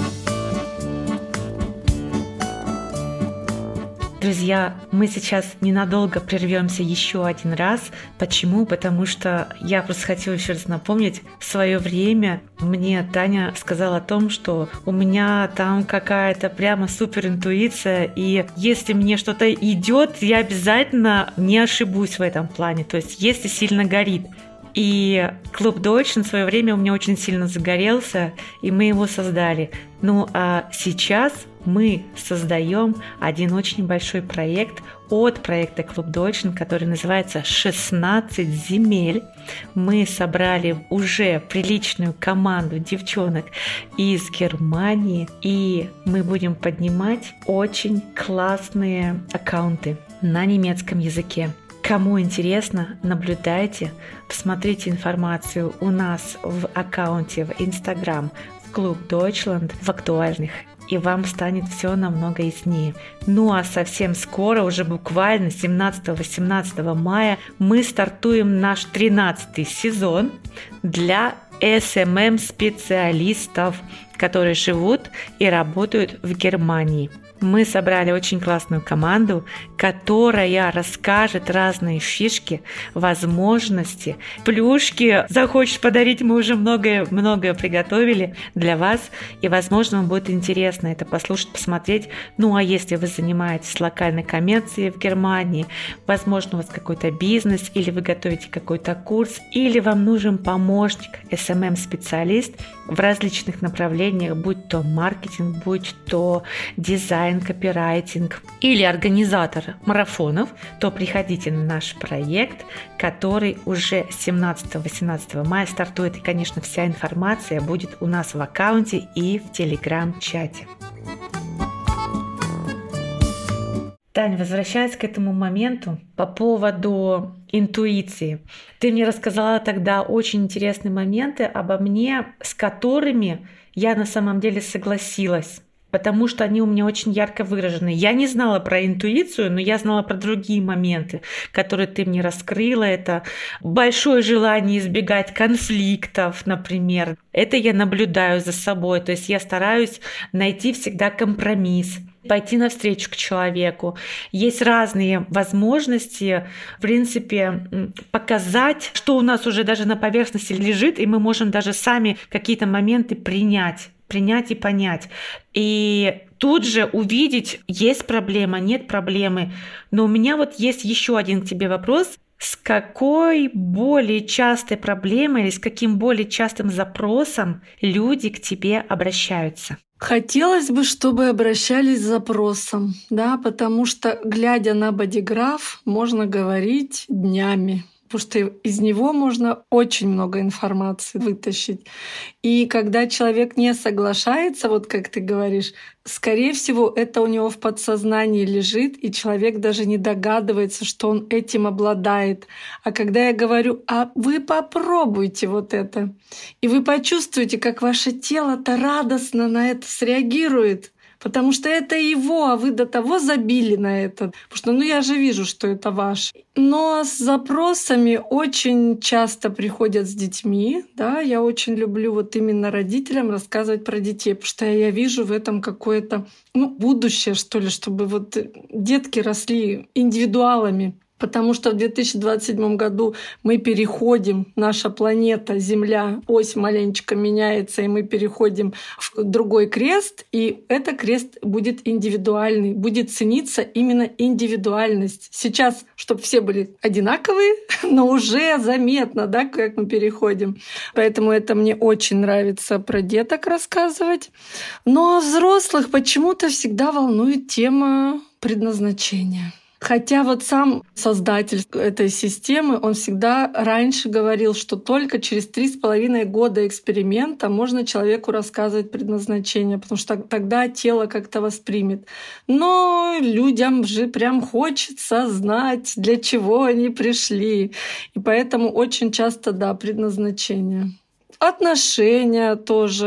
Друзья, мы сейчас ненадолго прервемся еще один раз. Почему? Потому что я просто хотела еще раз напомнить, в свое время мне Таня сказала о том, что у меня там какая-то прямо супер интуиция, и если мне что-то идет, я обязательно не ошибусь в этом плане, то есть если сильно горит. И клуб Deutschland в свое время у меня очень сильно загорелся, и мы его создали. Ну а сейчас мы создаем один очень большой проект от проекта Клуб Deutschland, который называется «шестнадцать земель». Мы собрали уже приличную команду девчонок из Германии, и мы будем поднимать очень классные аккаунты на немецком языке. Кому интересно, наблюдайте, посмотрите информацию у нас в аккаунте в Instagram, в Клуб Deutschland, в актуальных, и вам станет все намного яснее. Ну а совсем скоро, уже буквально семнадцатого-восемнадцатого мая, мы стартуем наш тринадцатый сезон для эс эм эм-специалистов, которые живут и работают в Германии. Мы собрали очень классную команду, которая расскажет разные фишки, возможности, плюшки. Захочешь подарить, мы уже многое-многое приготовили для вас. И, возможно, вам будет интересно это послушать, посмотреть. Ну, а если вы занимаетесь локальной коммерцией в Германии, возможно, у вас какой-то бизнес, или вы готовите какой-то курс, или вам нужен помощник, эс эм эм-специалист в различных направлениях, будь то маркетинг, будь то дизайн, копирайтинг или организатор марафонов, то приходите на наш проект, который уже семнадцатого-восемнадцатого мая стартует. И, конечно, вся информация будет у нас в аккаунте и в телеграм-чате. Тань, возвращаясь к этому моменту по поводу интуиции, ты мне рассказала тогда очень интересные моменты обо мне, с которыми я на самом деле согласилась, потому что они у меня очень ярко выражены. Я не знала про интуицию, но я знала про другие моменты, которые ты мне раскрыла. Это большое желание избегать конфликтов, например. Это я наблюдаю за собой. То есть я стараюсь найти всегда компромисс, пойти навстречу к человеку. Есть разные возможности, в принципе, показать, что у нас уже даже на поверхности лежит, и мы можем даже сами какие-то моменты принять. принять и понять. И тут же увидеть, есть проблема, нет проблемы. Но у меня вот есть еще один к тебе вопрос. С какой более частой проблемой или с каким более частым запросом люди к тебе обращаются? Хотелось бы, чтобы обращались с запросом, да, потому что, глядя на бодиграф, можно говорить днями. Потому что из него можно очень много информации вытащить. И когда человек не соглашается, вот как ты говоришь, скорее всего, это у него в подсознании лежит, и человек даже не догадывается, что он этим обладает. А когда я говорю, а вы попробуйте вот это, и вы почувствуете, как ваше тело-то радостно на это среагирует, потому что это его, а вы до того забили на это. Потому что, ну, я же вижу, что это ваше. Но с запросами очень часто приходят с детьми. Да? Я очень люблю вот именно родителям рассказывать про детей, потому что я вижу в этом какое-то, ну, будущее, что ли, чтобы вот детки росли индивидуалами. Потому что в две тысячи двадцать седьмом году мы переходим, наша планета, Земля, ось маленечко меняется, и мы переходим в другой крест, и этот крест будет индивидуальный, будет цениться именно индивидуальность. Сейчас, чтобы все были одинаковые, но уже заметно, да, как мы переходим. Поэтому это мне очень нравится про деток рассказывать. Но взрослых почему-то всегда волнует тема предназначения. Хотя вот сам создатель этой системы, он всегда раньше говорил, что только через три с половиной года эксперимента можно человеку рассказывать предназначение, потому что тогда тело как-то воспримет. Но людям же прям хочется знать, для чего они пришли. И поэтому очень часто, да, предназначение. Отношения тоже,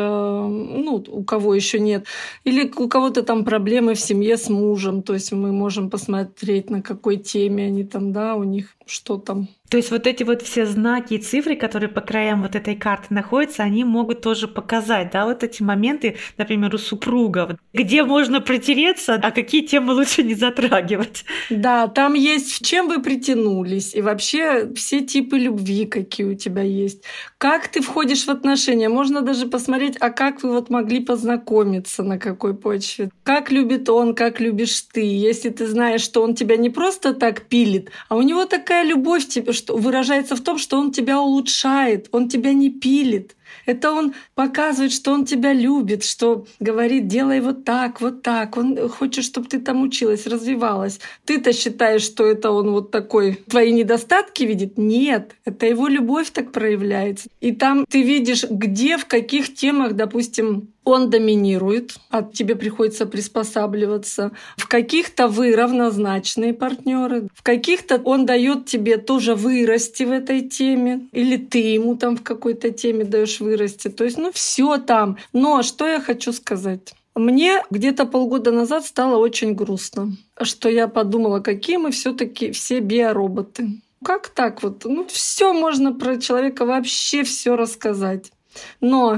ну, у кого еще нет. Или у кого-то там проблемы в семье с мужем. То есть мы можем посмотреть, на какой теме они там, да, у них что там. То есть вот эти вот все знаки и цифры, которые по краям вот этой карты находятся, они могут тоже показать, да, вот эти моменты, например, у супругов, где можно протереться, а какие темы лучше не затрагивать. Да, там есть, в чем вы притянулись, и вообще все типы любви, какие у тебя есть. Как ты входишь в отношения, можно даже посмотреть, а как вы вот могли познакомиться, на какой почве. Как любит он, как любишь ты. Если ты знаешь, что он тебя не просто так пилит, а у него такая великая любовь тебе, что выражается в том, что он тебя улучшает, он тебя не пилит. Это он показывает, что он тебя любит, что говорит, делай вот так, вот так. Он хочет, чтобы ты там училась, развивалась. Ты-то считаешь, что это он вот такой твои недостатки видит? Нет, это его любовь так проявляется. И там ты видишь, где, в каких темах, допустим, он доминирует, а тебе приходится приспосабливаться. В каких-то вы равнозначные партнеры, в каких-то он дает тебе тоже вырасти в этой теме, или ты ему там в какой-то теме даешь вырасти. То есть, ну, все там. Но что я хочу сказать? Мне где-то полгода назад стало очень грустно, что я подумала, какие мы все-таки все биороботы. Как так вот? Ну, все можно про человека вообще все рассказать. Но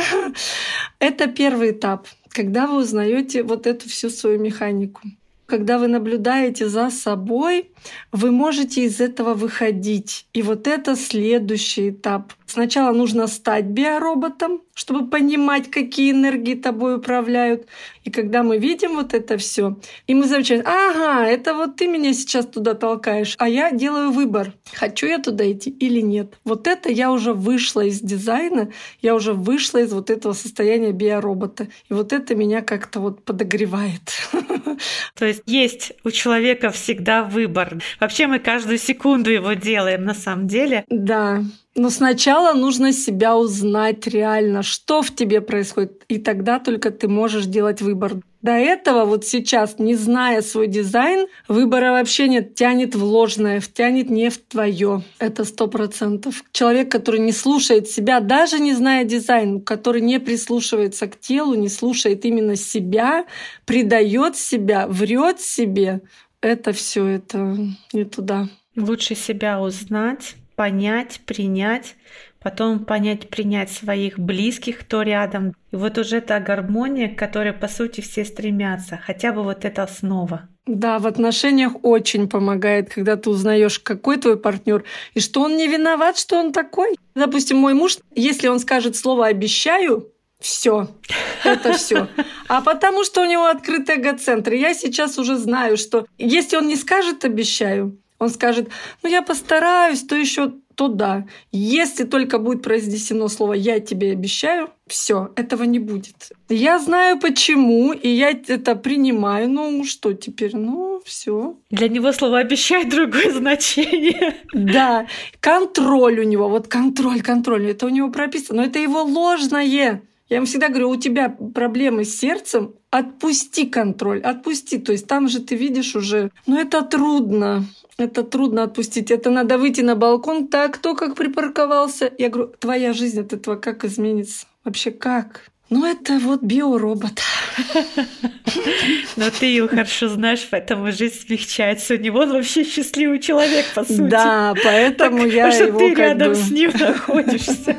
это первый этап, когда вы узнаете вот эту всю свою механику. Когда вы наблюдаете за собой, вы можете из этого выходить. И вот это следующий этап. Сначала нужно стать биороботом, чтобы понимать, какие энергии тобой управляют. И когда мы видим вот это все, и мы замечаем, ага, это вот ты меня сейчас туда толкаешь, а я делаю выбор, хочу я туда идти или нет. Вот это я уже вышла из дизайна, я уже вышла из вот этого состояния биоробота. И вот это меня как-то вот подогревает. То есть есть у человека всегда выбор. Вообще мы каждую секунду его делаем на самом деле. Да. Но сначала нужно себя узнать реально, что в тебе происходит. И тогда только ты можешь делать выбор. До этого вот сейчас, не зная свой дизайн, выбора вообще нет. Тянет в ложное, тянет не в твое. Это сто процентов. Человек, который не слушает себя, даже не зная дизайн, который не прислушивается к телу, не слушает именно себя, предает себя, врет себе, это все это не туда. Лучше себя узнать, понять, принять, потом понять, принять своих близких, кто рядом. И вот уже та гармония, к которой, по сути, все стремятся. Хотя бы вот эта основа. Да, в отношениях очень помогает, когда ты узнаешь, какой твой партнер и что он не виноват, что он такой. Допустим, мой муж, если он скажет слово «обещаю», все, это все. А потому что у него открытый эгоцентр. Я сейчас уже знаю, что если он не скажет «обещаю», он скажет, ну я постараюсь, то еще то да. Если только будет произнесено слово «я тебе обещаю», все, этого не будет. Я знаю почему, и я это принимаю. Ну что теперь? Ну все. Для него слово «обещать» другое значение. Да, контроль у него, вот контроль, контроль, это у него прописано, но это его ложное. Я ему всегда говорю, у тебя проблемы с сердцем, отпусти контроль, отпусти. То есть там же ты видишь уже, ну это трудно. Это трудно отпустить. Это надо выйти на балкон. Так, кто как припарковался? Я говорю, твоя жизнь от этого как изменится? Вообще как? Ну, это вот биоробот. Но ты его хорошо знаешь, поэтому жизнь смягчается. У него он вообще счастливый человек, по сути. Да, поэтому так, я его ты как рядом бы... с ним находишься.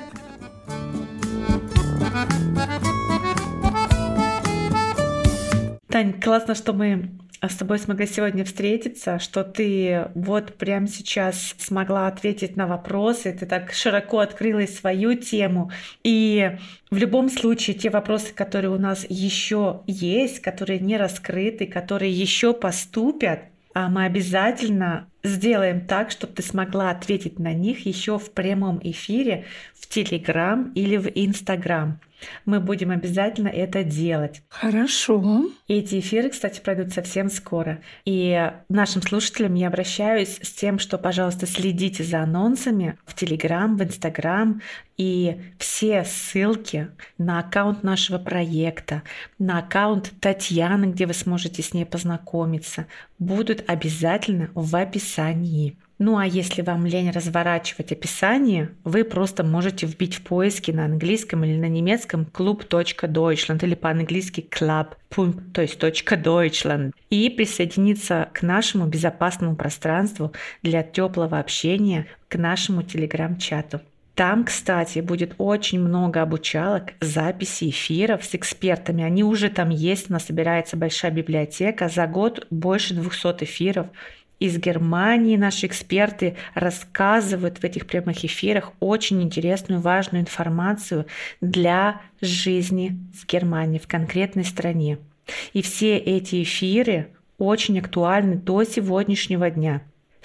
Тань, классно, что мы с тобой смогли сегодня встретиться, что ты вот прямо сейчас смогла ответить на вопросы, ты так широко открыла свою тему. И в любом случае те вопросы, которые у нас еще есть, которые не раскрыты, которые еще поступят, мы обязательно сделаем так, чтобы ты смогла ответить на них еще в прямом эфире в Телеграм или в Инстаграм. Мы будем обязательно это делать. Хорошо. И эти эфиры, кстати, пройдут совсем скоро. И нашим слушателям я обращаюсь с тем, что, пожалуйста, следите за анонсами в Телеграм, в Инстаграм. И все ссылки на аккаунт нашего проекта, на аккаунт Татьяны, где вы сможете с ней познакомиться, будут обязательно в описании. Ну а если вам лень разворачивать описание, вы просто можете вбить в поиске на английском или на немецком club.deutschland или по-английски club, то есть .deutschland, и присоединиться к нашему безопасному пространству для теплого общения, к нашему телеграм-чату. Там, кстати, будет очень много обучалок, записей эфиров с экспертами. Они уже там есть, у нас собирается большая библиотека. За год больше двухсот эфиров. Из Германии наши эксперты рассказывают в этих прямых эфирах очень интересную, важную информацию для жизни в Германии, в конкретной стране. И все эти эфиры очень актуальны до сегодняшнего дня.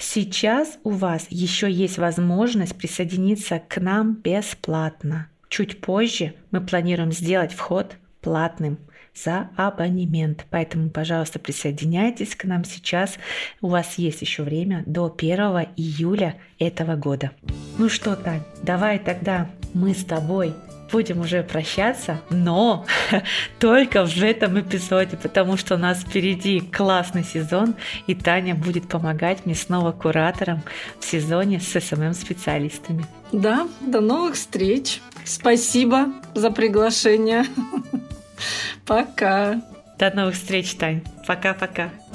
Сейчас у вас еще есть возможность присоединиться к нам бесплатно. Чуть позже мы планируем сделать вход платным за абонемент. Поэтому, пожалуйста, присоединяйтесь к нам сейчас. У вас есть еще время до первого июля этого года. Ну что, Тань, давай тогда мы с тобой будем уже прощаться, но только в этом эпизоде, потому что у нас впереди классный сезон, и Таня будет помогать мне снова куратором в сезоне с эс эм эм-специалистами. Да, до новых встреч. Спасибо за приглашение. Пока. До новых встреч, Тань. Пока-пока.